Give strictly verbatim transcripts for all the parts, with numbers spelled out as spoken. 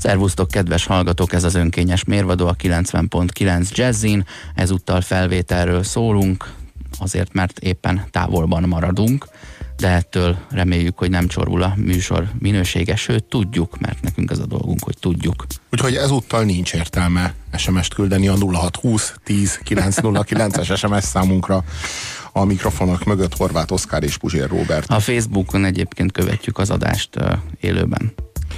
Szervusztok, kedves hallgatók, ez az önkényes mérvadó a kilencven pont kilenc Jazzin. Ezúttal felvételről szólunk, azért mert éppen távolban maradunk, de ettől reméljük, hogy nem csorul a műsor minősége, sőt tudjuk, mert nekünk az a dolgunk, hogy tudjuk. Úgyhogy ezúttal nincs értelme es em est küldeni a nulla hat húsz tíz kilenc nulla kilences es em es számunkra. A mikrofonok mögött Horváth Oszkár és Puzsér Róbert. A Facebookon egyébként követjük az adást uh, élőben.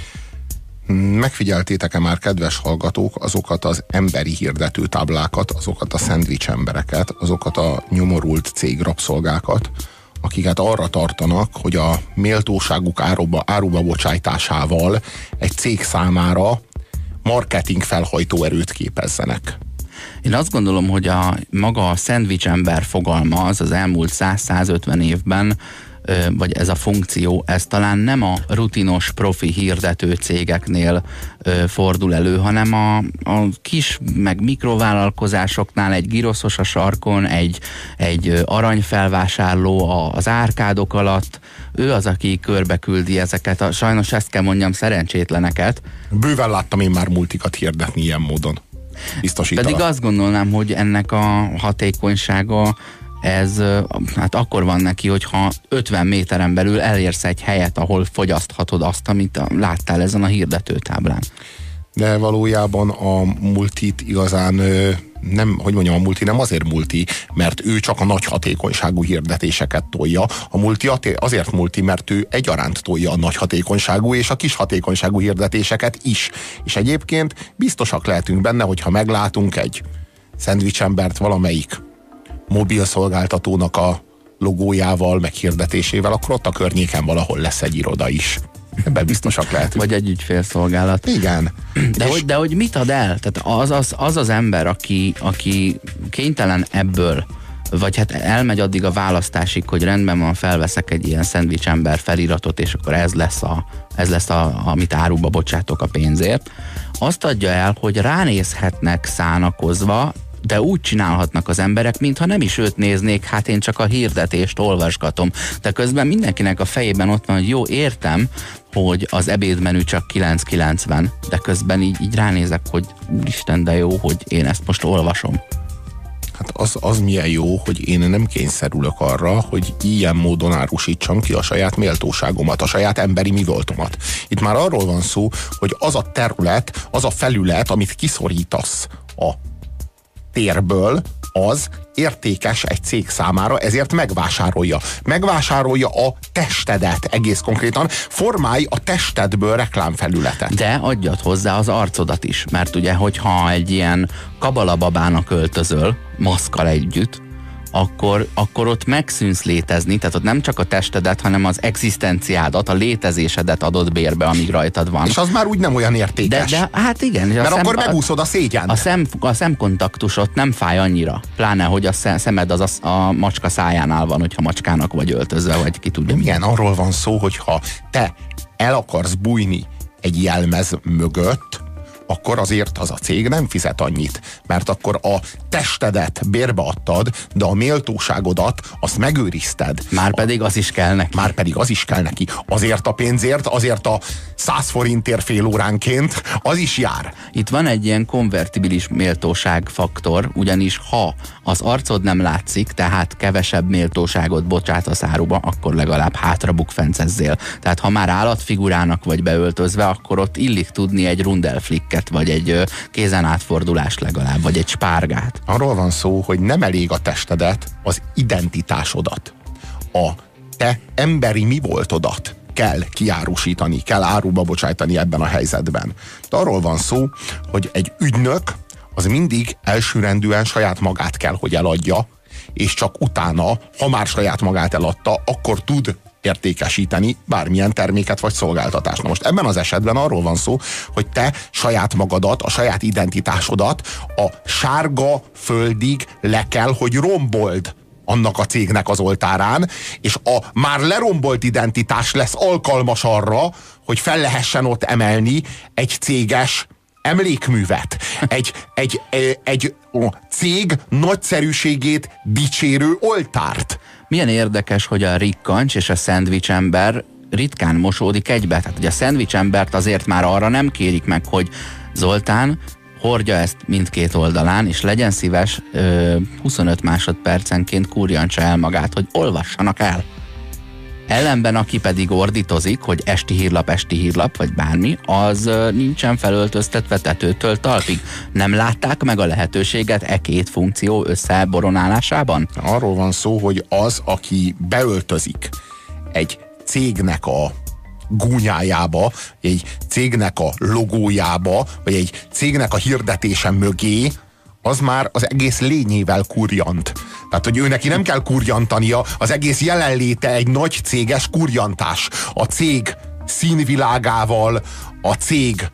Megfigyeltétek-e már, kedves hallgatók, azokat az emberi hirdetőtáblákat, azokat a szendvics embereket, azokat a nyomorult cégrabszolgákat, akiket arra tartanak, hogy a méltóságuk áruba, áruba bocsájtásával egy cég számára marketing felhajtó erőt képezzenek? Én azt gondolom, hogy a maga a szendvics ember fogalma az az elmúlt száz-százötven évben, vagy ez a funkció, ez talán nem a rutinos profi hirdető cégeknél ö, fordul elő, hanem a, a kis meg mikrovállalkozásoknál, egy giroszos a sarkon, egy, egy aranyfelvásárló az árkádok alatt, ő az, aki körbeküldi ezeket, a, sajnos ezt kell mondjam, szerencsétleneket. Bőven láttam én már multikat hirdetni ilyen módon. Biztosítalak. Pedig azt gondolnám, hogy ennek a hatékonysága ez hát akkor van neki, hogyha ötven méteren belül elérsz egy helyet, ahol fogyaszthatod azt, amit láttál ezen a hirdetőtáblán. De valójában a multit igazán nem, hogy mondjam, a multi nem azért multi, mert ő csak a nagy hatékonyságú hirdetéseket tolja. A multi azért multi, mert ő egyaránt tolja a nagy hatékonyságú és a kis hatékonyságú hirdetéseket is. És egyébként biztosak lehetünk benne, hogyha meglátunk egy szendvicsembert valamelyik mobil szolgáltatónak a logójával, meg hirdetésével, akkor ott a környéken valahol lesz egy iroda is. Ebben biztosak lehetünk. Vagy egy ügyfélszolgálat. Igen. De, és... hogy, de hogy mit ad el? Tehát az az, az, az ember, aki, aki kénytelen ebből, vagy hát elmegy addig a választásig, hogy rendben van, felveszek egy ilyen szendvics ember feliratot, és akkor ez lesz, a, ez lesz a, amit áruba bocsátok a pénzért. Azt adja el, hogy ránézhetnek szánakozva, de úgy csinálhatnak az emberek, mintha nem is őt néznék, hát én csak a hirdetést olvasgatom. De közben mindenkinek a fejében ott van, hogy jó, értem, hogy az ebédmenü csak kilenc kilencven, de közben így, így ránézek, hogy úristen, de jó, hogy én ezt most olvasom. Hát az, az milyen jó, hogy én nem kényszerülök arra, hogy ilyen módon árusítsam ki a saját méltóságomat, a saját emberi mi voltomat. Itt már arról van szó, hogy az a terület, az a felület, amit kiszorítasz a térből, az értékes egy cég számára, ezért megvásárolja. Megvásárolja a testedet egész konkrétan, formálj a testedből reklámfelületet. De adjad hozzá az arcodat is, mert ugye, hogyha egy ilyen kabalababának öltözöl, maszkkal együtt, Akkor, akkor ott megszűnsz létezni, tehát ott nem csak a testedet, hanem az egzisztenciádat, a létezésedet adod bérbe, amíg rajtad van. És az már úgy nem olyan értékes. De, de hát igen. Mert szem, akkor megúszod a szégyent. A, szem, a szemkontaktus ott nem fáj annyira. Pláne, hogy a szemed az a, a macska szájánál van, hogyha macskának vagy öltözve, vagy ki tudja. Igen, arról van szó, hogyha te el akarsz bújni egy jelmez mögött, akkor azért az a cég nem fizet annyit, mert akkor a testedet bérbe adtad, de a méltóságodat azt megőrizted. Márpedig az is kell neki. Márpedig az is kell neki. Azért a pénzért, azért a száz forintért fél óránként, az is jár. Itt van egy ilyen konvertibilis méltóság faktor, ugyanis ha az arcod nem látszik, tehát kevesebb méltóságot bocsátasz áruba, akkor legalább hátra bukfencezzél. Tehát ha már állatfigurának vagy beöltözve, akkor ott illik tudni egy rundelflicket, vagy egy kézen átfordulást legalább, vagy egy spárgát. Arról van szó, hogy nem elég a testedet, az identitásodat, a te emberi mi voltodat kell kiárusítani, kell áruba bocsájtani ebben a helyzetben. De arról van szó, hogy egy ügynök az mindig elsőrendűen saját magát kell, hogy eladja, és csak utána, ha már saját magát eladta, akkor tud értékesíteni bármilyen terméket vagy szolgáltatást. Na most ebben az esetben arról van szó, hogy te saját magadat, a saját identitásodat a sárga földig le kell, hogy rombold annak a cégnek az oltárán, és a már lerombolt identitás lesz alkalmas arra, hogy fel lehessen ott emelni egy céges emlékművet. Egy, egy, egy, egy cég nagyszerűségét dicsérő oltárt. Milyen érdekes, hogy a rikkancs és a szendvics ember ritkán mosódik egybe. Tehát, hogy a szendvics embert azért már arra nem kérik meg, hogy Zoltán, hordja ezt mindkét oldalán, és legyen szíves ö, huszonöt másodpercenként kurjantsa el magát, hogy olvassanak el. Ellenben, aki pedig ordítozik, hogy esti hírlap, esti hírlap, vagy bármi, az ö, nincsen felöltöztetve tetőtől talpig. Nem látták meg a lehetőséget e két funkció összeboronálásában? Arról van szó, hogy az, aki beöltözik egy cégnek a gúnyájába, egy cégnek a logójába, vagy egy cégnek a hirdetése mögé, az már az egész lényével kurjant. Tehát, hogy ő neki nem kell kurjantania, az egész jelenléte egy nagy céges kurjantás. A cég színvilágával, a cég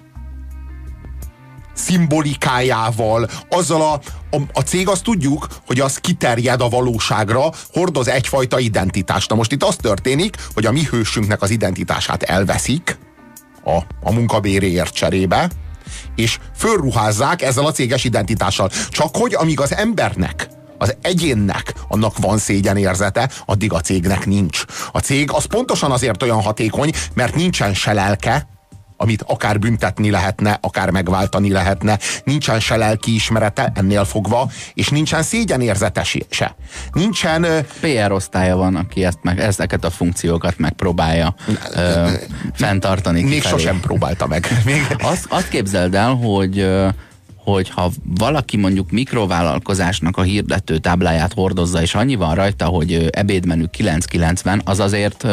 szimbolikájával, azzal a, a, a cég, azt tudjuk, hogy az kiterjed a valóságra, hordoz egyfajta identitást. Na most itt az történik, hogy a mi hősünknek az identitását elveszik a, a munkabéréért cserébe, és fölruházzák ezzel a céges identitással. Csak hogy amíg az embernek, az egyénnek annak van szégyenérzete, addig a cégnek nincs. A cég az pontosan azért olyan hatékony, mert nincsen se lelke, amit akár büntetni lehetne, akár megváltani lehetne, nincsen se lelkiismerete ennél fogva, és nincsen szégyenérzete se. Nincsen... pé er osztálya van, aki ezt meg, ezeket a funkciókat megpróbálja ö, fenntartani. Még kifelé. sosem próbálta meg. Még... Azt, azt képzeld el, hogy hogy ha valaki mondjuk mikrovállalkozásnak a hirdető tábláját hordozza, és annyi van rajta, hogy ebédmenü kilenc kilencven, az azért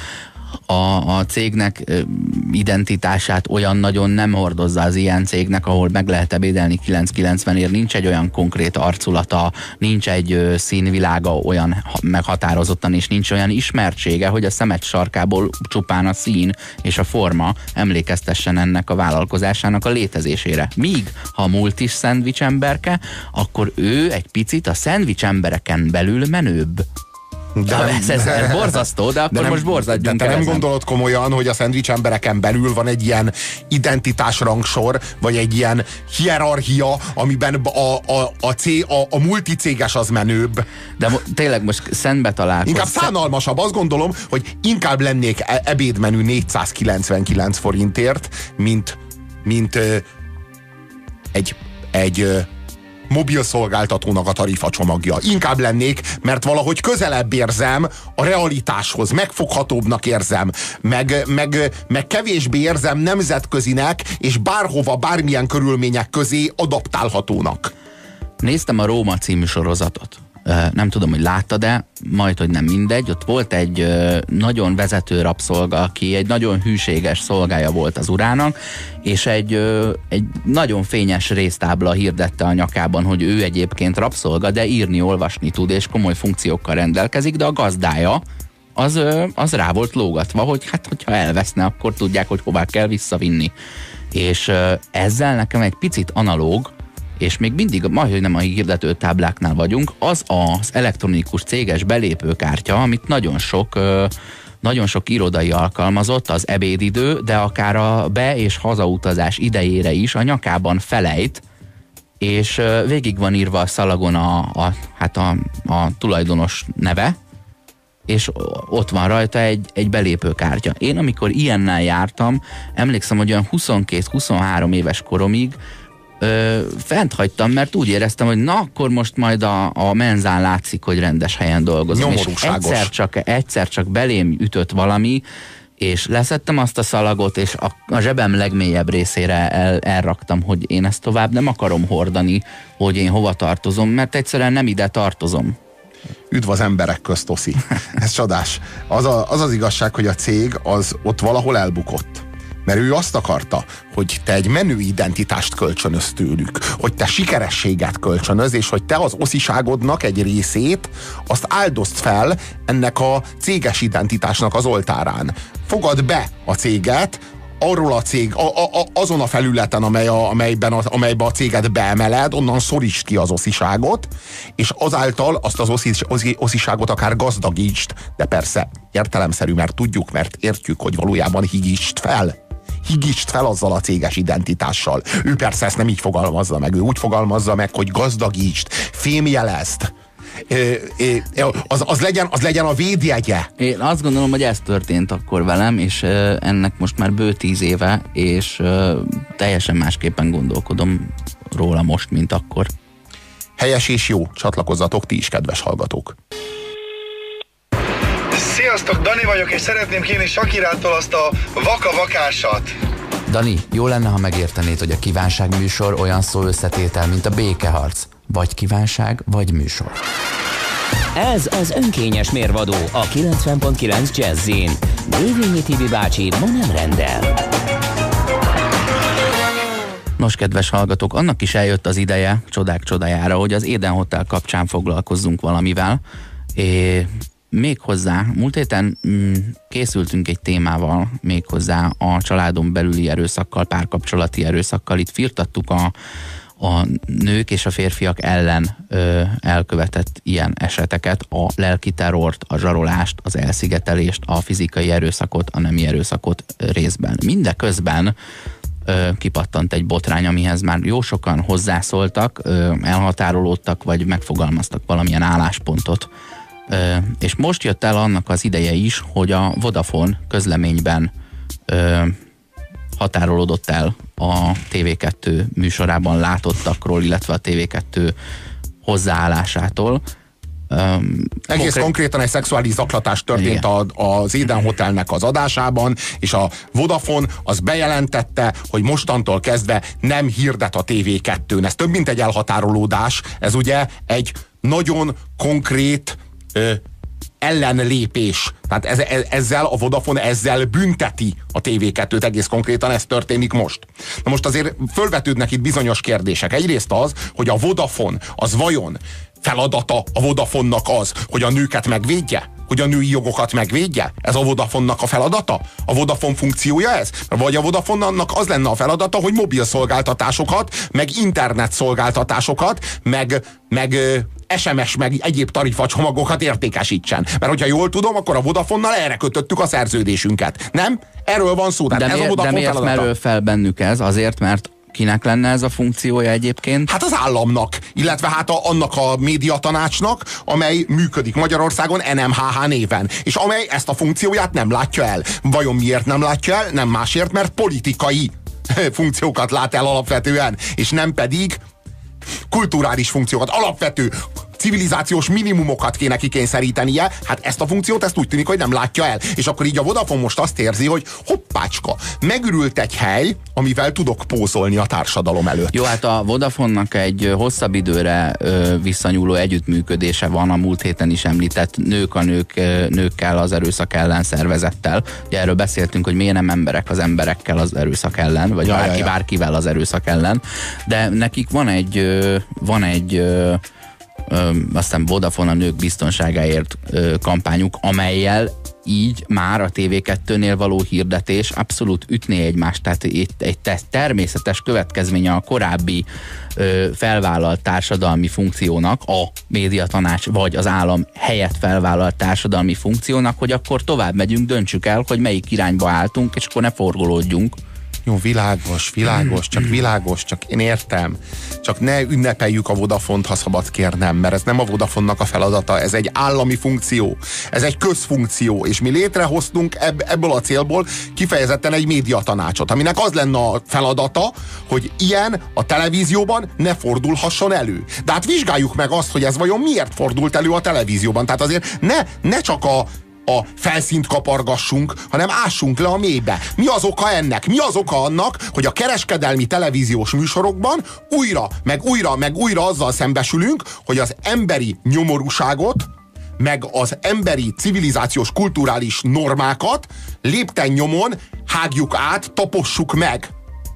A, a cégnek identitását olyan nagyon nem hordozza az ilyen cégnek, ahol meg lehet ebédelni kilenc kilencvenért, nincs egy olyan konkrét arculata, nincs egy színvilága olyan meghatározottan, és nincs olyan ismertsége, hogy a szemet sarkából csupán a szín és a forma emlékeztessen ennek a vállalkozásának a létezésére. Míg ha a multis szendvics emberke, akkor ő egy picit a szendvics embereken belül menőbb. De ez, ez, ez borzasztó, de akkor de nem, most borzadjunk de te nem ezen. Gondolod komolyan, hogy a szendvics embereken belül van egy ilyen identitásrangsor, vagy egy ilyen hierarchia, amiben a, a, a, cég, a, a multicéges az menőbb. De mo- tényleg most szembe találkozz. Inkább szánalmasabb. Azt gondolom, hogy inkább lennék ebédmenü négyszázkilencvenkilenc forintért, mint, mint ö, egy, egy ö, mobil szolgáltatónak a tarifa csomagja. Inkább lennék, mert valahogy közelebb érzem a realitáshoz, megfoghatóbbnak érzem, meg, meg, meg kevésbé érzem nemzetközinek, és bárhova, bármilyen körülmények közé adaptálhatónak. Néztem a Róma című sorozatot. Nem tudom, hogy láttad-e, majd, hogy nem mindegy. Ott volt egy nagyon vezető rabszolga, aki egy nagyon hűséges szolgája volt az urának, és egy, egy nagyon fényes résztábla hirdette a nyakában, hogy ő egyébként rabszolga, de írni, olvasni tud, és komoly funkciókkal rendelkezik, de a gazdája az, az rá volt lógatva, hogy hát, hogyha elveszne, akkor tudják, hogy hová kell visszavinni. És ezzel nekem egy picit analóg, és még mindig, majd, hogy nem a hirdető tábláknál vagyunk, az az elektronikus céges belépőkártya, amit nagyon sok, nagyon sok irodai alkalmazott, az ebédidő, de akár a be- és hazautazás idejére is a nyakában felejt, és végig van írva a szalagon a, a, hát a, a tulajdonos neve, és ott van rajta egy, egy belépőkártya. Én amikor ilyennel jártam, emlékszem, hogy olyan huszonkét-huszonhárom éves koromig Ö, fent hagytam, mert úgy éreztem, hogy na, akkor most majd a, a menzán látszik, hogy rendes helyen dolgozom. És egyszer csak, egyszer csak belém ütött valami, és leszettem azt a szalagot, és a, a zsebem legmélyebb részére el, elraktam, hogy én ezt tovább nem akarom hordani, hogy én hova tartozom, mert egyszerűen nem ide tartozom. Üdv az emberek közt, Oszi. Ez csodás. Az, a, az az igazság, hogy a cég az ott valahol elbukott. Mert ő azt akarta, hogy te egy menő identitást kölcsönöz tőlük, hogy te sikerességet kölcsönöz, és hogy te az osziságodnak egy részét azt áldozd fel ennek a céges identitásnak az oltárán. Fogad be a céget, arról a cég, a, a, a, azon a felületen, amely a, amelyben a, amelyben a céget beemeled, onnan szorítsd ki az osziságot, és azáltal azt az oszi, oszi, osziságot akár gazdagítsd, de persze értelemszerű, mert tudjuk, mert értjük, hogy valójában higítsd fel. Higítsd fel azzal a céges identitással. Ő persze ezt nem így fogalmazza meg, ő úgy fogalmazza meg, hogy gazdagítsd, fémjelezd, az, az, legyen, az legyen a védjegye. Én azt gondolom, hogy ez történt akkor velem, és ennek most már bő tíz éve, és teljesen másképpen gondolkodom róla most, mint akkor. Helyes és jó, csatlakozzatok ti is, kedves hallgatók. Sziasztok, Dani vagyok, és szeretném kérni Sakirától azt a vaka-vakásat. Dani, jó lenne, ha megértenéd, hogy a kívánság műsor olyan szó összetétel, mint a békeharc. Vagy kívánság, vagy műsor. Ez az önkényes mérvadó a kilencven pont kilenc Jazzin. Dévényi Tibi bácsi ma nem rendel. Nos, kedves hallgatók, annak is eljött az ideje, csodák csodájára, hogy az Éden Hotel kapcsán foglalkozzunk valamivel. É, méghozzá, múlt héten mm, készültünk egy témával, méghozzá a családon belüli erőszakkal, párkapcsolati erőszakkal. Itt firtattuk a, a nők és a férfiak ellen ö, elkövetett ilyen eseteket, a lelki terrort, a zsarolást, az elszigetelést, a fizikai erőszakot, a nemi erőszakot részben. Mindeközben ö, kipattant egy botrány, amihez már jó sokan hozzászóltak, ö, elhatárolódtak, vagy megfogalmaztak valamilyen álláspontot. Ö, és most jött el annak az ideje is, hogy a Vodafone közleményben ö, határolódott el a té vé kettő műsorában látottakról, illetve a té vé kettő hozzáállásától. Um, Egész konkrét... konkrétan egy szexuális zaklatás történt a, az Éden Hotelnek az adásában, és a Vodafone az bejelentette, hogy mostantól kezdve nem hirdet a té vé kettőn. Ez több, mint egy elhatárolódás, ez ugye egy nagyon konkrét ö, ellenlépés. Tehát ez, ezzel a Vodafone ezzel bünteti a té vé kettőt, egész konkrétan ez történik most. Na most azért fölvetődnek itt bizonyos kérdések. Egyrészt az, hogy a Vodafone az vajon feladata a Vodafonnak az, hogy a nőket megvédje? Hogy a női jogokat megvédje? Ez a Vodafonnak a feladata? A Vodafone funkciója ez? Vagy a Vodafonnak az lenne a feladata, hogy mobil szolgáltatásokat, meg internet szolgáltatásokat, meg, meg es em es, meg egyéb tarifacsomagokat értékesítsen. Mert hogyha jól tudom, akkor a Vodafonnal erre kötöttük a szerződésünk. Nem? Erről van szó. Tehát de ez miért, a Vodafone de miért feladata. merül fel bennük ez? Azért, mert kinek lenne ez a funkciója egyébként? Hát az államnak, illetve hát a, annak a médiatanácsnak, amely működik Magyarországon en em há há néven, és amely ezt a funkcióját nem látja el. Vajon miért nem látja el? Nem másért, mert politikai funkciókat lát el alapvetően, és nem pedig kulturális funkciókat, alapvető civilizációs minimumokat kéne kikényszerítenie, hát ezt a funkciót, ezt úgy tűnik, hogy nem látja el. És akkor így a Vodafone most azt érzi, hogy hoppácska, megürült egy hely, amivel tudok pózolni a társadalom előtt. Jó, hát a Vodafonnak egy hosszabb időre ö, visszanyúló együttműködése van, a múlt héten is említett nők a nők, ö, nőkkel az erőszak ellen szervezettel. Ugye erről beszéltünk, hogy miért nem emberek az emberekkel az erőszak ellen, vagy ja, bárki ja, ja. bárkivel az erőszak ellen, de nekik van egy ö, van egy ö, Ö, aztán Vodafone a nők biztonságáért ö, kampányuk, amellyel így már a té vé kettőnél való hirdetés abszolút ütné egymást, tehát egy, egy természetes következménye a korábbi ö, felvállalt társadalmi funkciónak, a médiatanács vagy az állam helyett felvállalt társadalmi funkciónak, hogy akkor tovább megyünk, döntsük el, hogy melyik irányba álltunk, és akkor ne forgolódjunk. Jó, világos, világos, csak világos, csak én értem. Csak ne ünnepeljük a Vodafont, ha szabad kérnem, mert ez nem a Vodafonnak a feladata, ez egy állami funkció, ez egy közfunkció, és mi létrehoztunk ebb, ebből a célból kifejezetten egy médiatanácsot, aminek az lenne a feladata, hogy ilyen a televízióban ne fordulhasson elő. De hát vizsgáljuk meg azt, hogy ez vajon miért fordult elő a televízióban. Tehát azért ne, ne csak a a felszínt kapargassunk, hanem ássunk le a mélybe. Mi az oka ennek? Mi az oka annak, hogy a kereskedelmi televíziós műsorokban újra, meg újra, meg újra azzal szembesülünk, hogy az emberi nyomorúságot, meg az emberi civilizációs kulturális normákat lépten nyomon hágjuk át, tapossuk meg.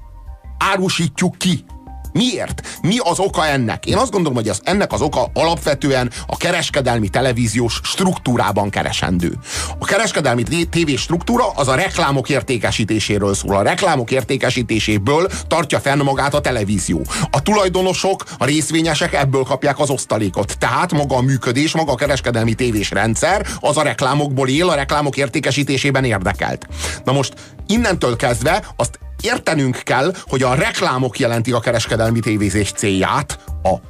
Árusítjuk ki. Miért? Mi az oka ennek? Én azt gondolom, hogy az, ennek az oka alapvetően a kereskedelmi televíziós struktúrában keresendő. A kereskedelmi tévés struktúra az a reklámok értékesítéséről szól. A reklámok értékesítéséből tartja fenn magát a televízió. A tulajdonosok, a részvényesek ebből kapják az osztalékot. Tehát maga a működés, maga a kereskedelmi tévés rendszer az a reklámokból él, a reklámok értékesítésében érdekelt. Na most innentől kezdve azt értenünk kell, hogy a reklámok jelentik a kereskedelmi tévézés célját, a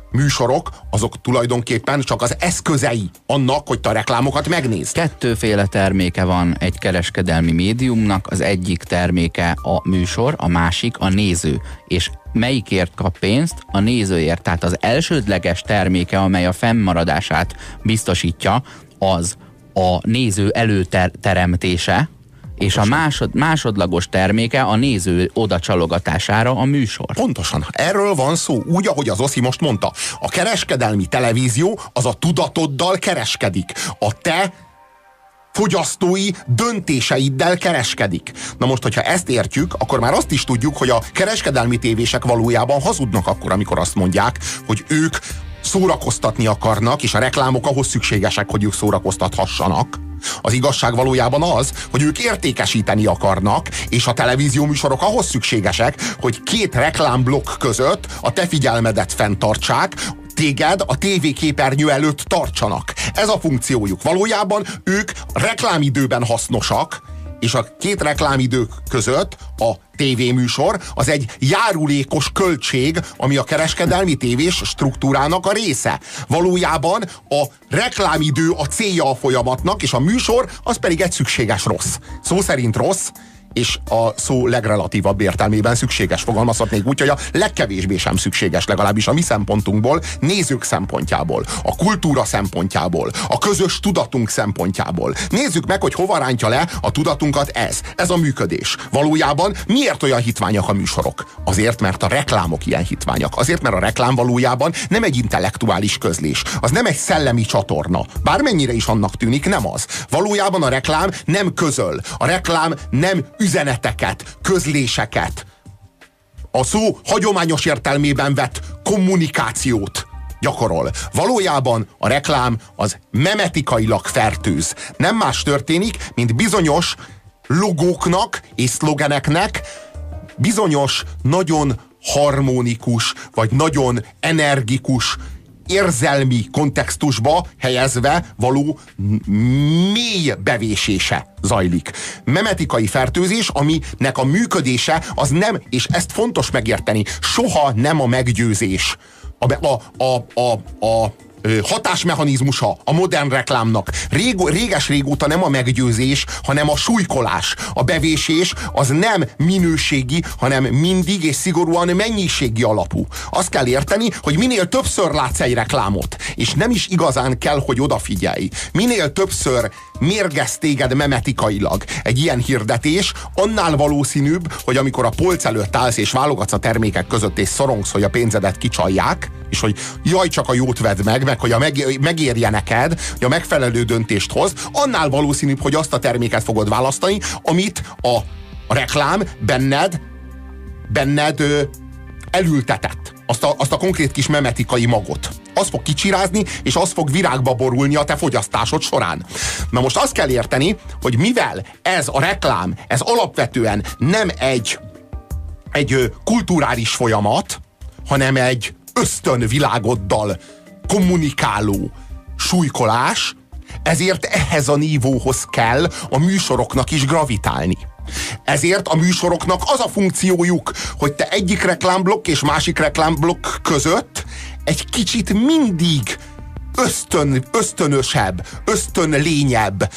műsorok, azok tulajdonképpen csak az eszközei annak, hogy te a reklámokat megnézd. Kettőféle terméke van egy kereskedelmi médiumnak, az egyik terméke a műsor, a másik a néző. És melyikért kap pénzt? A nézőért. Tehát az elsődleges terméke, amely a fennmaradását biztosítja, az a néző előteremtése, és a másod, másodlagos terméke a néző odacsalogatására a műsor. Pontosan. Erről van szó, úgy, ahogy az Oszi most mondta. A kereskedelmi televízió az a tudatoddal kereskedik. A te fogyasztói döntéseiddel kereskedik. Na most, hogyha ezt értjük, akkor már azt is tudjuk, hogy a kereskedelmi tévések valójában hazudnak akkor, amikor azt mondják, hogy ők szórakoztatni akarnak, és a reklámok ahhoz szükségesek, hogy ők szórakoztathassanak. Az igazság valójában az, hogy ők értékesíteni akarnak, és a televízió műsorok ahhoz szükségesek, hogy két reklámblokk között a te figyelmedet fenntartsák, téged a tévéképernyő előtt tartsanak. Ez a funkciójuk. Valójában ők reklámidőben hasznosak, és a két reklámidők között a tévéműsor az egy járulékos költség, ami a kereskedelmi tévés struktúrának a része. Valójában a reklámidő a célja a folyamatnak, és a műsor az pedig egy szükséges rossz. Szó szerint rossz, és a szó legrelatívabb értelmében szükséges, fogalmazhatnék úgy, hogy a legkevésbé sem szükséges, legalábbis a mi szempontunkból, nézők szempontjából, a kultúra szempontjából, a közös tudatunk szempontjából. Nézzük meg, hogy hova rántja le a tudatunkat ez, ez a működés. Valójában miért olyan hitványak a műsorok? Azért, mert a reklámok ilyen hitványak. Azért, mert a reklám valójában nem egy intellektuális közlés. Az nem egy szellemi csatorna. Bármennyire is annak tűnik, nem az. Valójában a reklám nem közöl. A reklám nem üzeneteket, közléseket, a szó hagyományos értelmében vett kommunikációt gyakorol. Valójában a reklám az memetikailag fertőz. Nem más történik, mint bizonyos logóknak és szlogeneknek bizonyos nagyon harmonikus, vagy nagyon energikus érzelmi kontextusba helyezve való mély bevésése zajlik. Memetikai fertőzés, aminek a működése az nem, és ezt fontos megérteni, soha nem a meggyőzés. A, a, a, a, a hatásmechanizmusa a modern reklámnak Rég, réges-régóta nem a meggyőzés, hanem a súlykolás. A bevésés az nem minőségi, hanem mindig és szigorúan mennyiségi alapú. Azt kell érteni, hogy minél többször látsz egy reklámot, és nem is igazán kell, hogy odafigyelj. Minél többször mérgez téged memetikailag egy ilyen hirdetés, annál valószínűbb, hogy amikor a polc előtt állsz és válogatsz a termékek között és szorongsz, hogy a pénzedet kicsalják, és hogy jaj, csak a jót vedd meg, meg hogy a meg, megérje neked, hogy a megfelelő döntést hoz, annál valószínűbb, hogy azt a terméket fogod választani, amit a, a reklám benned, benned ö, elültetett. Azt a, azt a konkrét kis memetikai magot. Az fog kicsirázni, és az fog virágba borulni a te fogyasztásod során. Na most azt kell érteni, hogy mivel ez a reklám, ez alapvetően nem egy, egy kulturális folyamat, hanem egy ösztönvilágoddal kommunikáló súlykolás, ezért ehhez a nívóhoz kell a műsoroknak is gravitálni. Ezért a műsoroknak az a funkciójuk, hogy te egyik reklámblokk és másik reklámblokk között egy kicsit mindig ösztön, ösztönösebb, ösztönlényebb,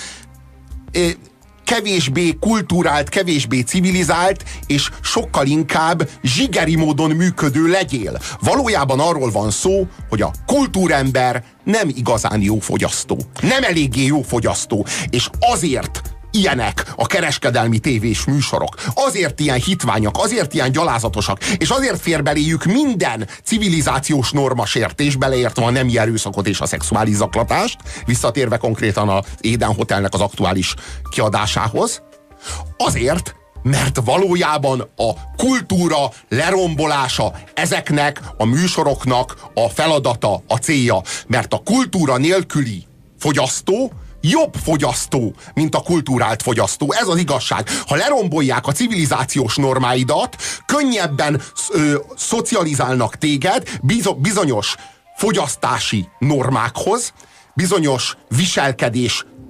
kevésbé kulturált, kevésbé civilizált, és sokkal inkább zsigeri módon működő legyél. Valójában arról van szó, hogy a kultúrember nem igazán jó fogyasztó. Nem eléggé jó fogyasztó. És azért ilyenek a kereskedelmi tévés műsorok. Azért ilyen hitványak, azért ilyen gyalázatosak, és azért fér beléjük minden civilizációs normasértés, beleértve a nemi erőszakot és a szexuális zaklatást, visszatérve konkrétan az Éden Hotelnek az aktuális kiadásához. Azért, mert valójában a kultúra lerombolása ezeknek a műsoroknak a feladata, a célja. Mert a kultúra nélküli fogyasztó jobb fogyasztó, mint a kulturált fogyasztó. Ez az igazság. Ha lerombolják a civilizációs normáidat, könnyebben ö, szocializálnak téged bizonyos fogyasztási normákhoz, bizonyos viselkedés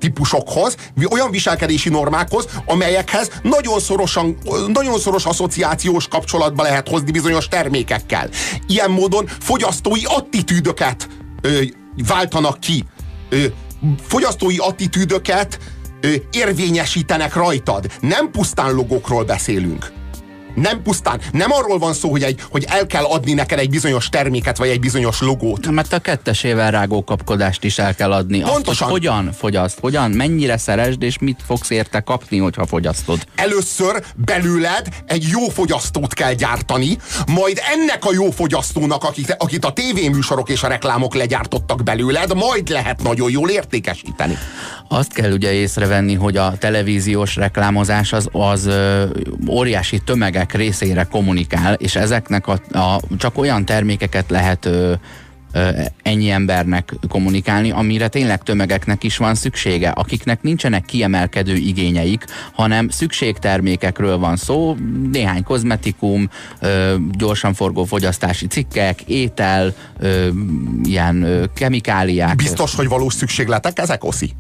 típusokhoz, olyan viselkedési normákhoz, amelyekhez nagyon szorosan, nagyon szoros asszociációs kapcsolatba lehet hozni bizonyos termékekkel. Ilyen módon fogyasztói attitűdöket ö, váltanak ki. Ö, fogyasztói attitűdöket ö, érvényesítenek rajtad. Nem pusztán logókról beszélünk. Nem pusztán, nem arról van szó, hogy, egy, hogy el kell adni neked egy bizonyos terméket, vagy egy bizonyos logót. Mert a kettesével rágó kapkodást is el kell adni. Pontosan. Azt, hogy hogyan fogyaszt, hogyan, mennyire szeresd, és mit fogsz érte kapni, hogyha fogyasztod. Először belőled egy jó fogyasztót kell gyártani, majd ennek a jó fogyasztónak, akit, akit a tévéműsorok és a reklámok legyártottak belőled, majd lehet nagyon jól értékesíteni. Azt kell ugye észrevenni, hogy a televíziós reklámozás az, az ö, óriási tömegek részére kommunikál, és ezeknek a, a, csak olyan termékeket lehet ö, ö, ennyi embernek kommunikálni, amire tényleg tömegeknek is van szüksége, akiknek nincsenek kiemelkedő igényeik, hanem szükségtermékekről van szó, néhány kozmetikum, ö, gyorsan forgó fogyasztási cikkek, étel, ö, ilyen ö, kemikáliák. Biztos, hogy valós szükségletek ezek, Oszi?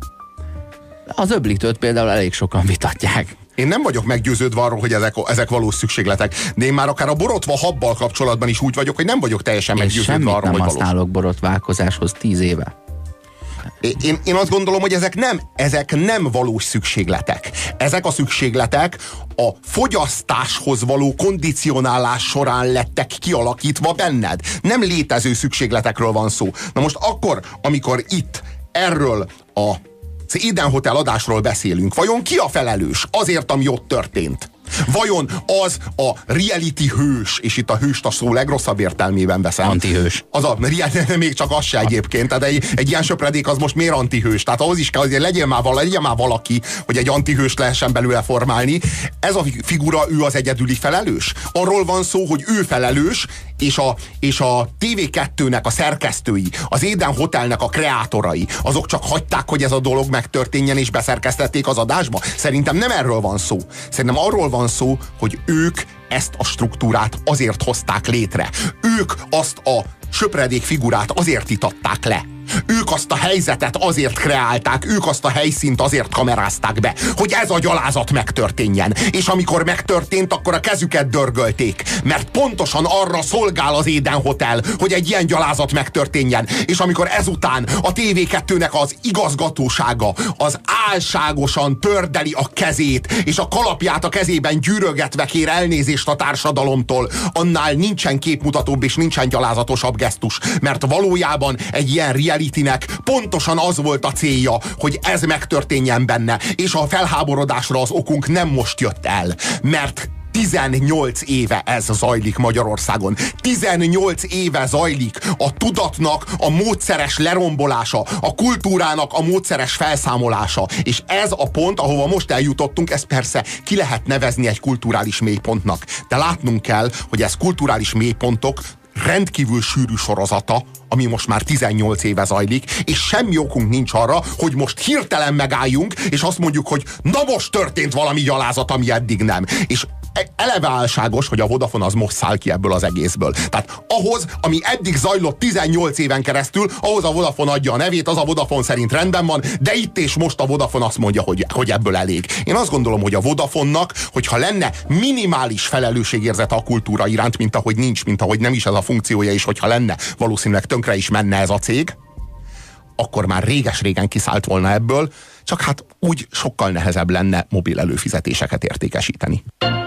Az öblítőt például elég sokan vitatják. Én nem vagyok meggyőződve arról, hogy ezek, ezek valós szükségletek, de én már akár a borotva habbal kapcsolatban is úgy vagyok, hogy nem vagyok teljesen én meggyőződve arról, hogy valós. Nem használok borotválkozáshoz tíz éve. Én, én azt gondolom, hogy ezek nem, ezek nem valós szükségletek. Ezek a szükségletek a fogyasztáshoz való kondicionálás során lettek kialakítva benned. Nem létező szükségletekről van szó. Na most akkor, amikor itt erről a az Eden Hotel adásról beszélünk, vajon ki a felelős azért, ami ott történt? Vajon az a reality hős, és itt a hőst a szó legrosszabb értelmében veszem. Antihős. Az a, még csak az se egyébként, tehát egy, egy ilyen söpredék az most miért antihős? Tehát ahhoz is kell, hogy legyen már, vala, legyen már valaki, hogy egy antihőst lehessen belőle formálni. Ez a figura, ő az egyedüli felelős? Arról van szó, hogy ő felelős, és a, és a té vé kettőnek a szerkesztői, az Eden Hotelnek a kreátorai, azok csak hagyták, hogy ez a dolog megtörténjen, és beszerkesztették az adásba? Szerintem nem erről van szó. Szerintem arról van szó, hogy ők ezt a struktúrát azért hozták létre. Ők azt a söpredék figurát azért itatták le. Ők azt a helyzetet azért kreálták, ők azt a helyszínt azért kamerázták be, hogy ez a gyalázat megtörténjen. És amikor megtörtént, akkor a kezüket dörgölték, mert pontosan arra szolgál az Eden Hotel, hogy egy ilyen gyalázat megtörténjen. És amikor ezután a té vé kettőnek az igazgatósága az álságosan tördeli a kezét, és a kalapját a kezében gyűrögetve kér elnézést a társadalomtól, annál nincsen képmutatóbb és nincsen gyalázatosabb gesztus, mert valójában egy ilyen realitynek pontosan az volt a célja, hogy ez megtörténjen benne, és a felháborodásra az okunk nem most jött el, mert tizennyolc éve ez zajlik Magyarországon. tizennyolc éve zajlik a tudatnak a módszeres lerombolása, a kultúrának a módszeres felszámolása. És ez a pont, ahova most eljutottunk, ezt persze ki lehet nevezni egy kulturális mélypontnak. De látnunk kell, hogy ez kulturális mélypontok rendkívül sűrű sorozata, ami most már tizennyolc éve zajlik, és semmi okunk nincs arra, hogy most hirtelen megálljunk, és azt mondjuk, hogy na most történt valami gyalázat, ami eddig nem. És eleve álságos, hogy a Vodafone az most száll ki ebből az egészből. Tehát ahhoz, ami eddig zajlott tizennyolc éven keresztül, ahhoz a Vodafone adja a nevét, az a Vodafone szerint rendben van, de itt és most a Vodafone azt mondja, hogy, hogy ebből elég. Én azt gondolom, hogy a Vodafonnak, hogyha lenne minimális felelősségérzete a kultúra iránt, mint ahogy nincs, mint ahogy nem is ez a funkciója, és hogyha lenne, valószínűleg tönkre is menne ez a cég, akkor már réges-régen kiszállt volna ebből, csak hát úgy sokkal nehezebb lenne mobil előfizetéseket értékesíteni.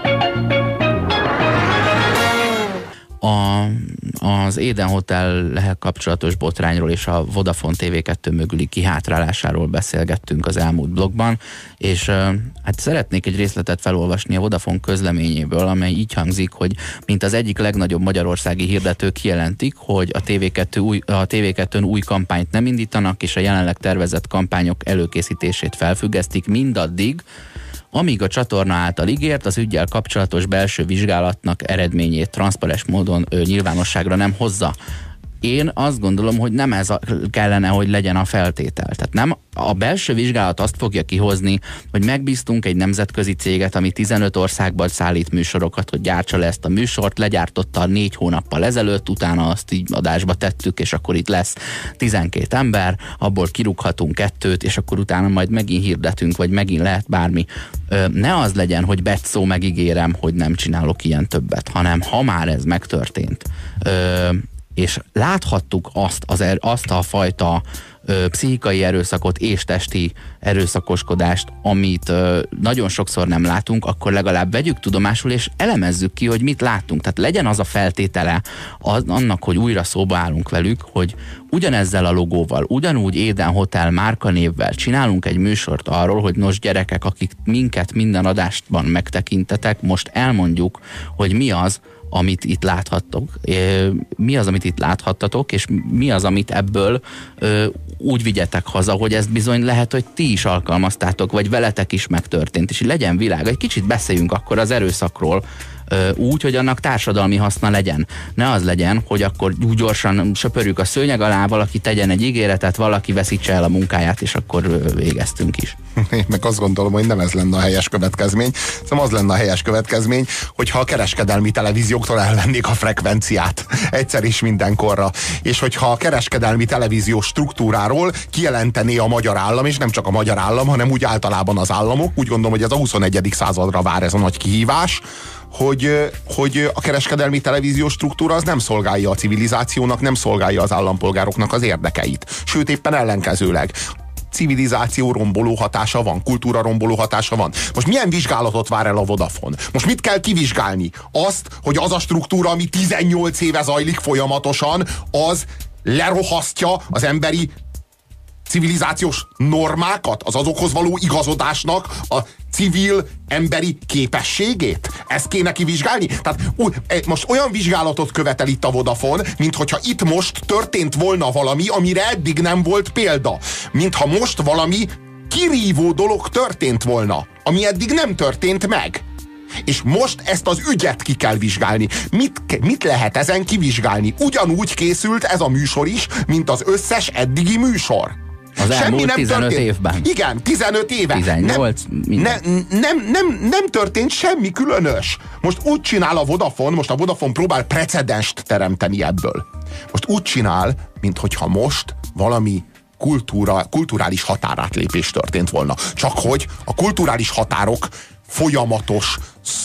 A, az Eden Hotel kapcsolatos botrányról és a Vodafone té vé kettő mögüli kihátrálásáról beszélgettünk az elmúlt blogban, és hát szeretnék egy részletet felolvasni a Vodafone közleményéből, amely így hangzik, hogy mint az egyik legnagyobb magyarországi hirdető kijelentik, hogy a té vé kettő új, a té vé kettőn új kampányt nem indítanak, és a jelenleg tervezett kampányok előkészítését felfüggesztik mindaddig, amíg a csatorna által ígért, az üggyel kapcsolatos belső vizsgálatnak eredményét transzparens módon ö, nyilvánosságra nem hozza. én azt gondolom, hogy nem ez a, kellene, hogy legyen a feltétel. Tehát nem a belső vizsgálat azt fogja kihozni, hogy megbíztunk egy nemzetközi céget, ami tizenöt országban szállít műsorokat, hogy gyártsa le ezt a műsort, legyártotta négy hónappal ezelőtt, utána azt így adásba tettük, és akkor itt lesz tizenkét ember, abból kirúghatunk kettőt, és akkor utána majd megint hirdetünk, vagy megint lehet bármi. Ö, ne az legyen, hogy betszó megígérem, hogy nem csinálok ilyen többet, hanem ha már ez megtörtént, ö, és láthattuk azt, az er, azt a fajta ö, pszichikai erőszakot és testi erőszakoskodást, amit ö, nagyon sokszor nem látunk, akkor legalább vegyük tudomásul, és elemezzük ki, hogy mit láttunk. Tehát legyen az a feltétele az, annak, hogy újra szóba állunk velük, hogy ugyanezzel a logóval, ugyanúgy Eden Hotel márkanévvel csinálunk egy műsort arról, hogy nos gyerekek, akik minket minden adásban megtekintetek, most elmondjuk, hogy mi az, amit itt láthattok, mi az, amit itt láthattatok, és mi az, amit ebből ö, úgy vigyetek haza, hogy ezt bizony lehet, hogy ti is alkalmaztátok, vagy veletek is megtörtént, és legyen világ. Egy kicsit beszéljünk akkor az erőszakról, ö, úgy, hogy annak társadalmi haszna legyen. Ne az legyen, hogy akkor úgy gyorsan söpörjük a szőnyeg alá, valaki tegyen egy ígéretet, valaki veszítse el a munkáját, és akkor ö, végeztünk is. Én meg azt gondolom, hogy nem ez lenne a helyes következmény. Szóval az lenne a helyes következmény, hogyha a kereskedelmi televízióktól elvennék a frekvenciát egyszer is mindenkorra. És hogyha a kereskedelmi televíziós struktúráról kijelentené a magyar állam, és nem csak a magyar állam, hanem úgy általában az államok, úgy gondolom, hogy ez a huszonegyedik századra vár ez a nagy kihívás, hogy, hogy a kereskedelmi televíziós struktúra az nem szolgálja a civilizációnak, nem szolgálja az állampolgároknak az érdekeit. Sőt, éppen ellenkezőleg. Civilizáció romboló hatása van, kultúra romboló hatása van. Most milyen vizsgálatot vár el a Vodafone? Most mit kell kivizsgálni? Azt, hogy az a struktúra, ami tizennyolc éve zajlik folyamatosan, az lerohasztja az emberi civilizációs normákat, az azokhoz való igazodásnak a civil emberi képességét? Ezt kéne kivizsgálni? Tehát ú, most olyan vizsgálatot követel itt a Vodafone, minthogyha itt most történt volna valami, amire eddig nem volt példa. Mintha most valami kirívó dolog történt volna, ami eddig nem történt meg. És most ezt az ügyet ki kell vizsgálni. Mit, mit lehet ezen kivizsgálni? Ugyanúgy készült ez a műsor is, mint az összes eddigi műsor. Az elmúlt tizenöt évben. Igen, tizenöt éve. tizennyolc, nem, nem, nem, nem, nem történt semmi különös. Most úgy csinál a Vodafone, most a Vodafone próbál precedenst teremteni ebből. Most úgy csinál, minthogyha most valami kultúra, kulturális határátlépés történt volna. Csak hogy a kulturális határok folyamatos,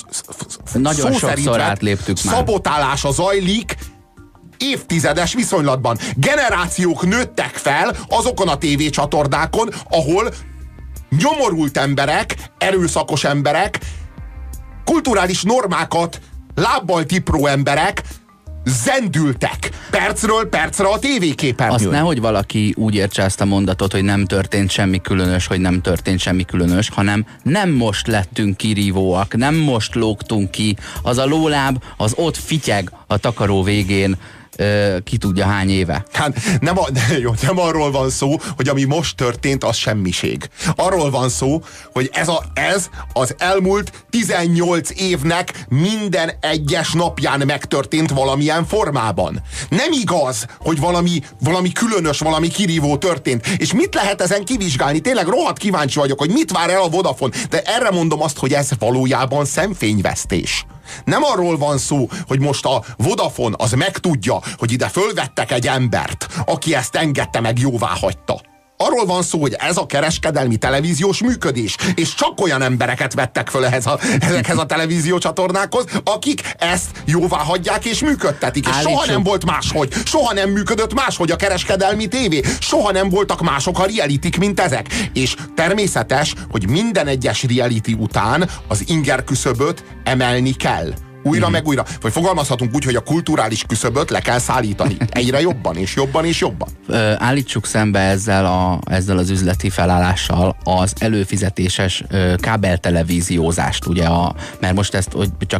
nagyon sokszor átléptük már. Szabotálása zajlik évtizedes viszonylatban. Generációk nőttek fel azokon a tévécsatornákon, ahol nyomorult emberek, erőszakos emberek, kulturális normákat lábbal tipró emberek zendültek percről percre a tévéképernyőn. Azt nehogy valaki úgy értse ezt a mondatot, hogy nem történt semmi különös, hogy nem történt semmi különös, hanem nem most lettünk kirívóak, nem most lógtunk ki. Az a lóláb, az ott fityeg a takaró végén, ki tudja hány éve. Hát nem, a, jó, nem arról van szó, hogy ami most történt, az semmiség. Arról van szó, hogy ez, a, ez az elmúlt tizennyolc évnek minden egyes napján megtörtént valamilyen formában. Nem igaz, hogy valami, valami különös, valami kirívó történt. És mit lehet ezen kivizsgálni? Tényleg rohadt kíváncsi vagyok, hogy mit vár el a Vodafone. De erre mondom azt, hogy ez valójában szemfényvesztés. Nem arról van szó, hogy most a Vodafone az megtudja, hogy ide fölvettek egy embert, aki ezt engedte meg, jóvá hagyta. Arról van szó, hogy ez a kereskedelmi televíziós működés, és csak olyan embereket vettek föl ehhez a, ezekhez a televíziócsatornákhoz, akik ezt jóvá hagyják és működtetik. És Állítsuk. soha nem volt máshogy. Soha nem működött máshogy a kereskedelmi tévé. Soha nem voltak mások a realitik, mint ezek. És természetes, hogy minden egyes reality után az inger küszöböt emelni kell. Újra mm. meg újra. Vagy fogalmazhatunk úgy, hogy a kulturális küszöböt le kell szállítani. Egyre jobban és jobban és jobban. Ö, állítsuk szembe ezzel, a, ezzel az üzleti felállással az előfizetéses ö, kábeltelevíziózást, ugye, a, mert most ezt hogy csak így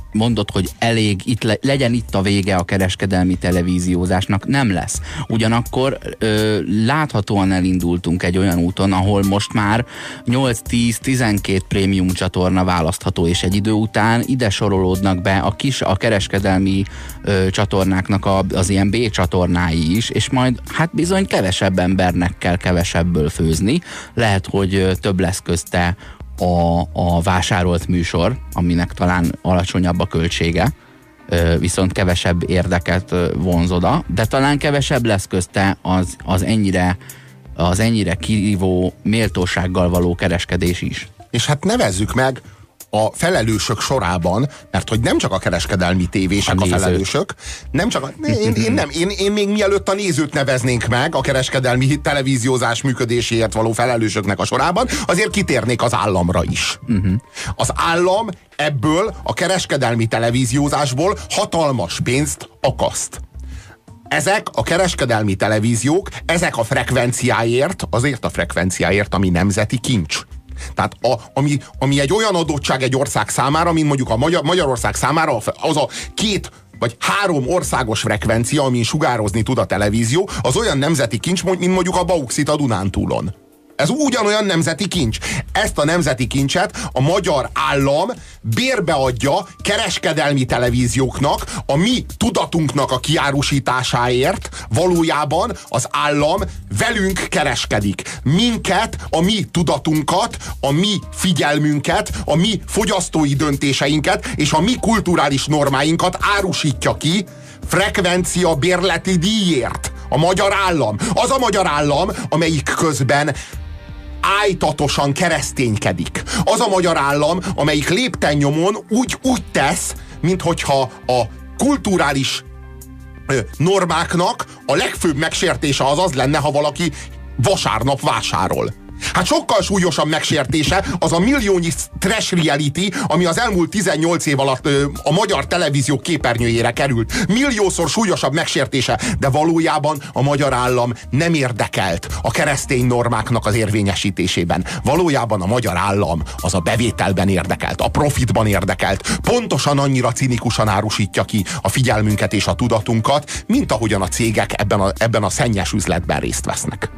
mondod, hogy elég, itt le, legyen itt a vége a kereskedelmi televíziózásnak, nem lesz. Ugyanakkor ö, láthatóan elindultunk egy olyan úton, ahol most már nyolc-tíz-tizenkét prémium csatorna választható, és egy idő után ide sorolódnak be a kis, a kereskedelmi ö, csatornáknak a, az ilyen B csatornái is, és majd hát bizony kevesebb embernek kell kevesebből főzni. Lehet, hogy ö, több lesz közte A, a vásárolt műsor, aminek talán alacsonyabb a költsége, viszont kevesebb érdeket vonz oda, de talán kevesebb lesz közte az, az ennyire, az ennyire kirívó méltósággal való kereskedés is. És hát nevezzük meg a felelősök sorában, mert hogy nem csak a kereskedelmi tévések a, a felelősök, nem csak a, én, én nem, én, én még mielőtt a nézőt neveznénk meg a kereskedelmi televíziózás működéséért való felelősöknek a sorában, azért kitérnék az államra is. Uh-huh. Az állam ebből a kereskedelmi televíziózásból hatalmas pénzt akaszt. Ezek a kereskedelmi televíziók, ezek a frekvenciáért, azért a frekvenciáért, ami nemzeti kincs. Tehát a, ami, ami egy olyan adottság egy ország számára, mint mondjuk a Magyar, Magyarország számára az a két vagy három országos frekvencia, amin sugározni tud a televízió, az olyan nemzeti kincs, mint mondjuk a bauxit a Dunántúlon. Ez ugyanolyan nemzeti kincs. Ezt a nemzeti kincset a magyar állam bérbeadja kereskedelmi televízióknak, a mi tudatunknak a kiárusításáért valójában az állam velünk kereskedik. Minket, a mi tudatunkat, a mi figyelmünket, a mi fogyasztói döntéseinket és a mi kulturális normáinkat árusítja ki frekvencia bérleti díjért. A magyar állam. Az a magyar állam, amelyik közben ájtatosan kereszténykedik. Az a magyar állam, amelyik léptennyomon úgy, úgy tesz, minthogyha a kulturális ö, normáknak a legfőbb megsértése az az lenne, ha valaki vasárnap vásárol. Hát sokkal súlyosabb megsértése az a milliónyi trash reality, ami az elmúlt tizennyolc év alatt ö, a magyar televízió képernyőjére került. Milliószor súlyosabb megsértése, de valójában a magyar állam nem érdekelt a keresztény normáknak az érvényesítésében. Valójában a magyar állam az a bevételben érdekelt, a profitban érdekelt. Pontosan annyira cinikusan árusítja ki a figyelmünket és a tudatunkat, mint ahogyan a cégek ebben a, ebben a szennyes üzletben részt vesznek.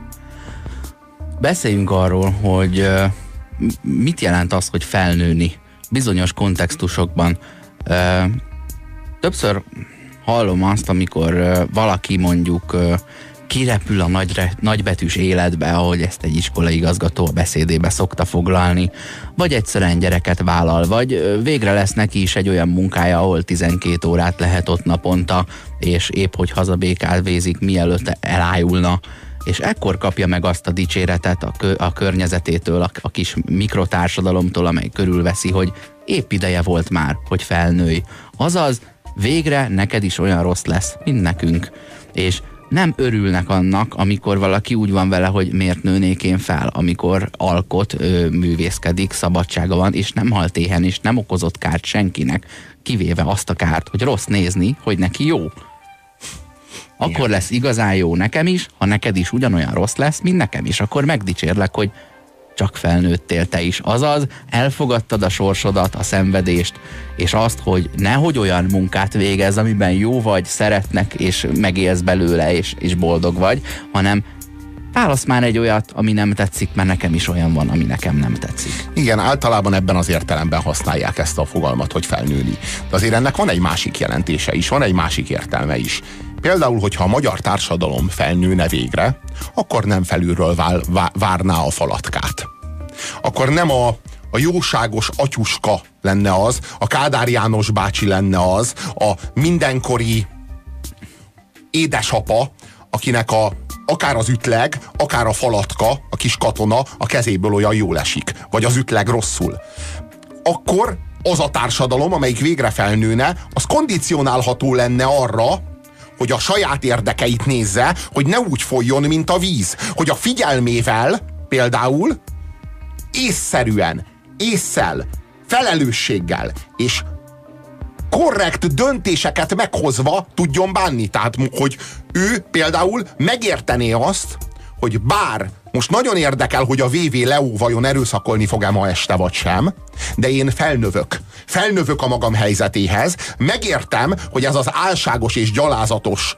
Beszéljünk arról, hogy uh, mit jelent az, hogy felnőni bizonyos kontextusokban. Uh, többször hallom azt, amikor uh, valaki mondjuk uh, kirepül a nagyre, nagybetűs életbe, ahogy ezt egy iskolai igazgató a beszédébe szokta foglalni, vagy egyszerűen gyereket vállal, vagy uh, végre lesz neki is egy olyan munkája, ahol tizenkét órát lehet ott naponta, és épp hogy hazabékávézik, mielőtt elájulna, és ekkor kapja meg azt a dicséretet a, kö, a környezetétől, a, a kis mikrotársadalomtól, amely körülveszi, hogy épp ideje volt már, hogy felnőj. Azaz, végre neked is olyan rossz lesz, mint nekünk. És nem örülnek annak, amikor valaki úgy van vele, hogy miért nőnék én fel, amikor alkot, ő, művészkedik, szabadsága van, és nem halt éhen, és nem okozott kárt senkinek, kivéve azt a kárt, hogy rossz nézni, hogy neki jó. Akkor igen, lesz igazán jó nekem is, ha neked is ugyanolyan rossz lesz, mint nekem is, akkor megdicsérlek, hogy csak felnőttél te is. Azaz, elfogadtad a sorsodat, a szenvedést, és azt, hogy nehogy olyan munkát végezz, amiben jó vagy, szeretnek, és megélsz belőle, és, és boldog vagy, hanem válasz már egy olyat, ami nem tetszik, mert nekem is olyan van, ami nekem nem tetszik. Igen, általában ebben az értelemben használják ezt a fogalmat, hogy felnőni. De azért ennek van egy másik jelentése is, van egy másik értelme is. Például, hogyha a magyar társadalom felnőne végre, akkor nem felülről vál, vá, várná a falatkát. Akkor nem a, a jóságos atyuska lenne az, a Kádár János bácsi lenne az, a mindenkori édesapa, akinek a, akár az ütleg, akár a falatka, a kis katona a kezéből olyan jól esik, vagy az ütleg rosszul. Akkor az a társadalom, amelyik végre felnőne, az kondicionálható lenne arra, hogy a saját érdekeit nézze, hogy ne úgy folyjon, mint a víz. Hogy a figyelmével például észszerűen, ésszel, felelősséggel és korrekt döntéseket meghozva tudjon bánni. Tehát, hogy ő például megértené azt, hogy bár most nagyon érdekel, hogy a vé vé Leo vajon erőszakolni fog-e ma este vagy sem, de én felnövök. felnövök a magam helyzetéhez, megértem, hogy ez az álságos és gyalázatos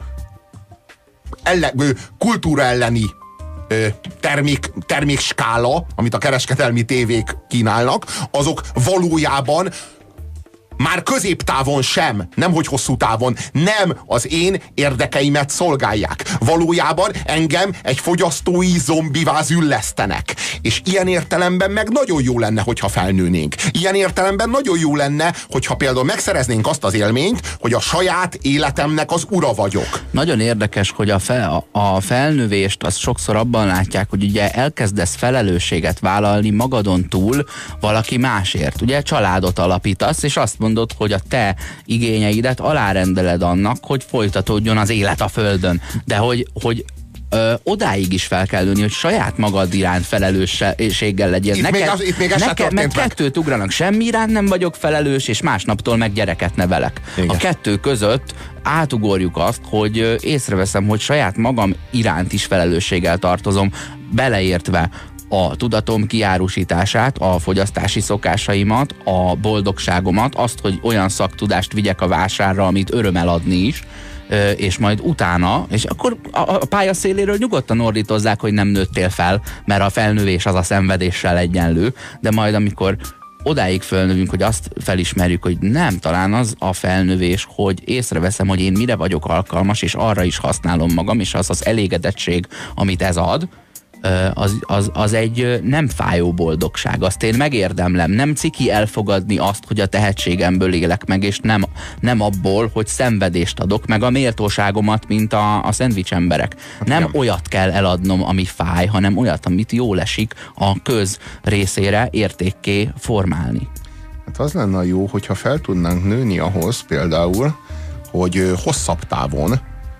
ellen, kultúra elleni termék, termékskála, amit a kereskedelmi tévék kínálnak, azok valójában már középtávon sem, nemhogy hosszú távon, nem az én érdekeimet szolgálják. Valójában engem egy fogyasztói zombivá züllesztenek. És ilyen értelemben meg nagyon jó lenne, hogyha felnőnénk. Ilyen értelemben nagyon jó lenne, hogyha például megszereznénk azt az élményt, hogy a saját életemnek az ura vagyok. Nagyon érdekes, hogy a, fel, a felnövést azt sokszor abban látják, hogy ugye elkezdesz felelősséget vállalni magadon túl valaki másért. Ugye családot alapítasz, és azt mondod, hogy a te igényeidet alárendeled annak, hogy folytatódjon az élet a földön. De hogy, hogy ö, odáig is fel kell lőni, hogy saját magad iránt felelősséggel legyél. Itt neked, még, az, itt még neked, mert meg. kettőt ugranak, semmi iránt nem vagyok felelős, és másnaptól meg gyereket nevelek. Igen. A kettő között átugorjuk azt, hogy észreveszem, hogy saját magam iránt is felelősséggel tartozom, beleértve a tudatom kiárusítását, a fogyasztási szokásaimat, a boldogságomat, azt, hogy olyan szaktudást vigyek a vásárra, amit öröm eladni is, és majd utána, és akkor a pálya széléről nyugodtan ordítozzák, hogy nem nőttél fel, mert a felnövés az a szenvedéssel egyenlő, de majd amikor odáig felnövünk, hogy azt felismerjük, hogy nem, talán az a felnövés, hogy észreveszem, hogy én mire vagyok alkalmas, és arra is használom magam, és az az elégedettség, amit ez ad, Az, az, az egy nem fájó boldogság. Azt én megérdemlem. Nem ciki elfogadni azt, hogy a tehetségemből élek meg, és nem, nem abból, hogy szenvedést adok, meg a méltóságomat, mint a, a szendvics emberek. Nem Igen. olyat kell eladnom, ami fáj, hanem olyat, amit jól esik a köz részére értékké formálni. Hát az lenne jó, hogyha fel tudnánk nőni ahhoz például, hogy hosszabb távon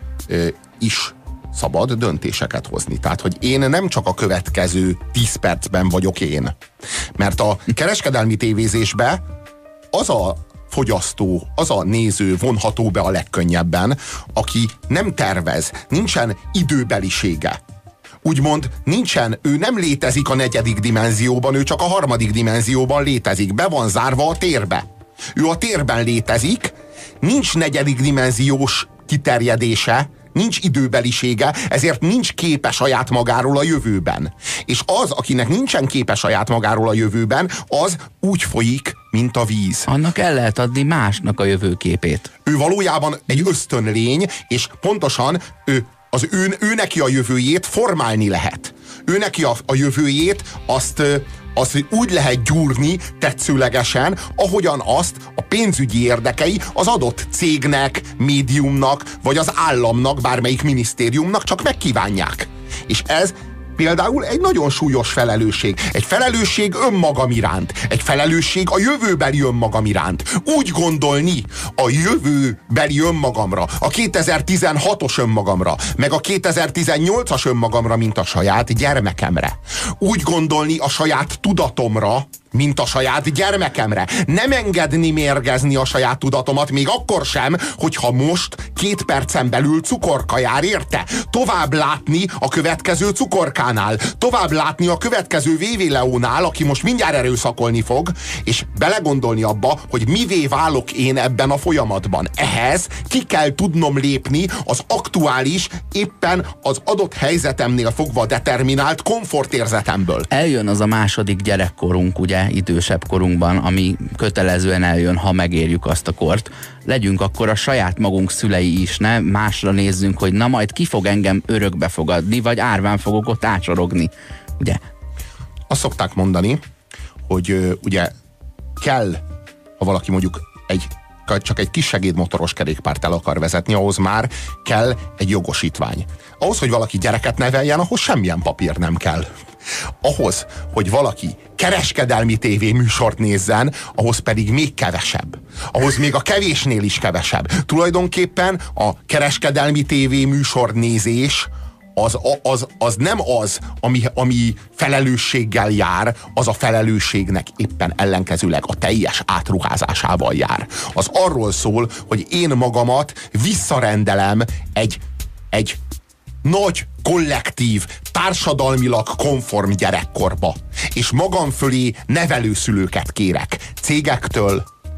is szabad döntéseket hozni. Tehát, hogy én nem csak a következő tíz percben vagyok én. Mert a kereskedelmi tévézésbe az a fogyasztó, az a néző vonható be a legkönnyebben, aki nem tervez, nincsen időbelisége. Úgymond nincsen, ő nem létezik a negyedik dimenzióban, ő csak a harmadik dimenzióban létezik, be van zárva a térbe. Ő a térben létezik, nincs negyedik dimenziós kiterjedése, nincs időbelisége, ezért nincs képe saját magáról a jövőben. És az, akinek nincsen képe saját magáról a jövőben, az úgy folyik, mint a víz. Annak el lehet adni másnak a jövőképét. Ő valójában egy ösztönlény, és pontosan ő, az ő, ő neki a jövőjét formálni lehet. Ő neki a, a jövőjét azt... azt úgy lehet gyúrni tetszőlegesen, ahogyan azt a pénzügyi érdekei az adott cégnek, médiumnak, vagy az államnak, bármelyik minisztériumnak csak megkívánják. És ez például egy nagyon súlyos felelősség. Egy felelősség önmagam iránt. Egy felelősség a jövőbeli önmagam iránt. Úgy gondolni a jövőbeli önmagamra, a kétezer-tizenhatos önmagamra, meg a kétezer-tizennyolcas önmagamra, mint a saját gyermekemre. Úgy gondolni a saját tudatomra, mint a saját gyermekemre. Nem engedni mérgezni a saját tudatomat, még akkor sem, hogyha most két percen belül cukorka jár érte. Tovább látni a következő cukorkánál, tovább látni a következő Vévé Leónál, aki most mindjárt erőszakolni fog, és belegondolni abba, hogy mivé válok én ebben a folyamatban. Ehhez ki kell tudnom lépni az aktuális, éppen az adott helyzetemnél fogva determinált komfortérzetemből. Eljön az a második gyerekkorunk, ugye, idősebb korunkban, ami kötelezően eljön, ha megérjük azt a kort. Legyünk akkor a saját magunk szülei is, ne másra nézzünk, hogy na majd ki fog engem örökbe fogadni, vagy árván fogok ott ácsorogni. Ugye? Azt szokták mondani, hogy ö, ugye kell, ha valaki mondjuk egy, csak egy kis segédmotoros kerékpárt el akar vezetni, ahhoz már kell egy jogosítvány. Ahhoz, hogy valaki gyereket neveljen, ahhoz semmilyen papír nem kell. Ahhoz, hogy valaki kereskedelmi tévéműsort nézzen, ahhoz pedig még kevesebb. Ahhoz még a kevésnél is kevesebb. Tulajdonképpen a kereskedelmi tévéműsor nézés az, az, az nem az, ami, ami felelősséggel jár, az a felelősségnek éppen ellenkezőleg a teljes átruházásával jár. Az arról szól, hogy én magamat visszarendelem egy, egy nagy, kollektív, társadalmilag konform gyerekkorba. És magam fölé nevelőszülőket kérek. Cégektől,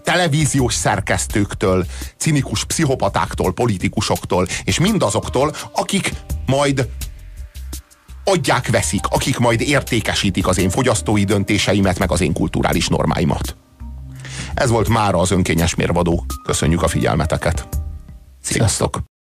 televíziós szerkesztőktől, cinikus pszichopatáktól, politikusoktól, és mindazoktól, akik majd adják, veszik, akik majd értékesítik az én fogyasztói döntéseimet, meg az én kulturális normáimat. Ez volt mára az önkényes mérvadó. Köszönjük a figyelmeteket. Sziasztok!